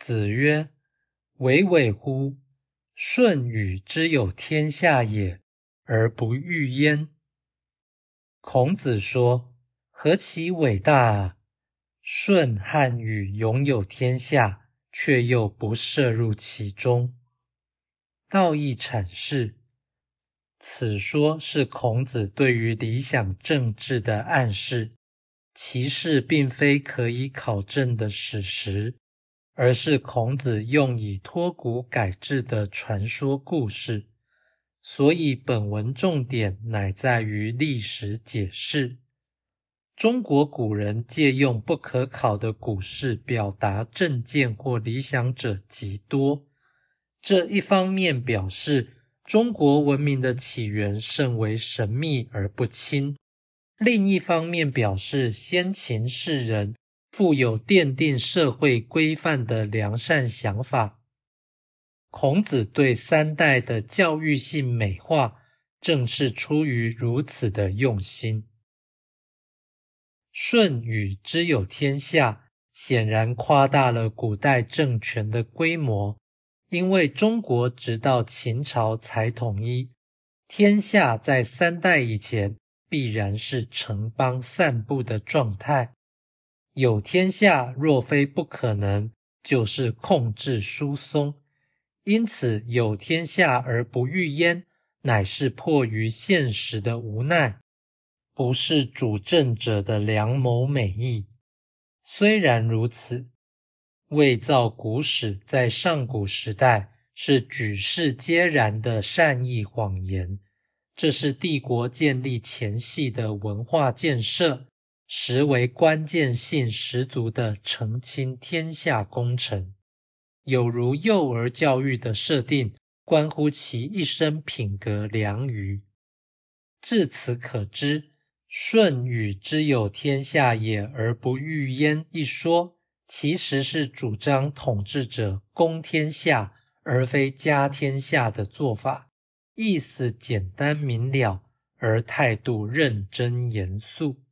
子曰：巍巍乎！舜禹之有天下也，而不欲焉。孔子说：何其伟大啊！舜和禹拥有天下，却又不涉入其中。道义阐释，此说是孔子对于理想政治的暗示，其事并非可以考证的史实，而是孔子用以脱古改制的传说故事，所以本文重点乃在于历史解释。中国古人借用不可考的古事表达政见或理想者极多，这一方面表示中国文明的起源甚为神秘而不清，另一方面表示先秦世人富有奠定社会规范的良善想法。孔子对三代的教育性美化，正是出于如此的用心。舜禹之有天下，显然夸大了古代政权的规模，因为中国直到秦朝才统一，天下在三代以前必然是城邦散布的状态。有天下若非不可能，就是控制疏松，因此有天下而不欲焉，乃是迫于现实的无奈，不是主政者的良谋美意。虽然如此，伪造古史在上古时代是举世皆然的善意谎言，这是帝国建立前夕的文化建设，实为关键性十足的澄清天下工程，有如幼儿教育的设定，关乎其一生品格良愚。至此可知，舜禹之有天下也而不欲焉一说，其实是主张统治者公天下而非家天下的做法，意思简单明了，而态度认真严肃。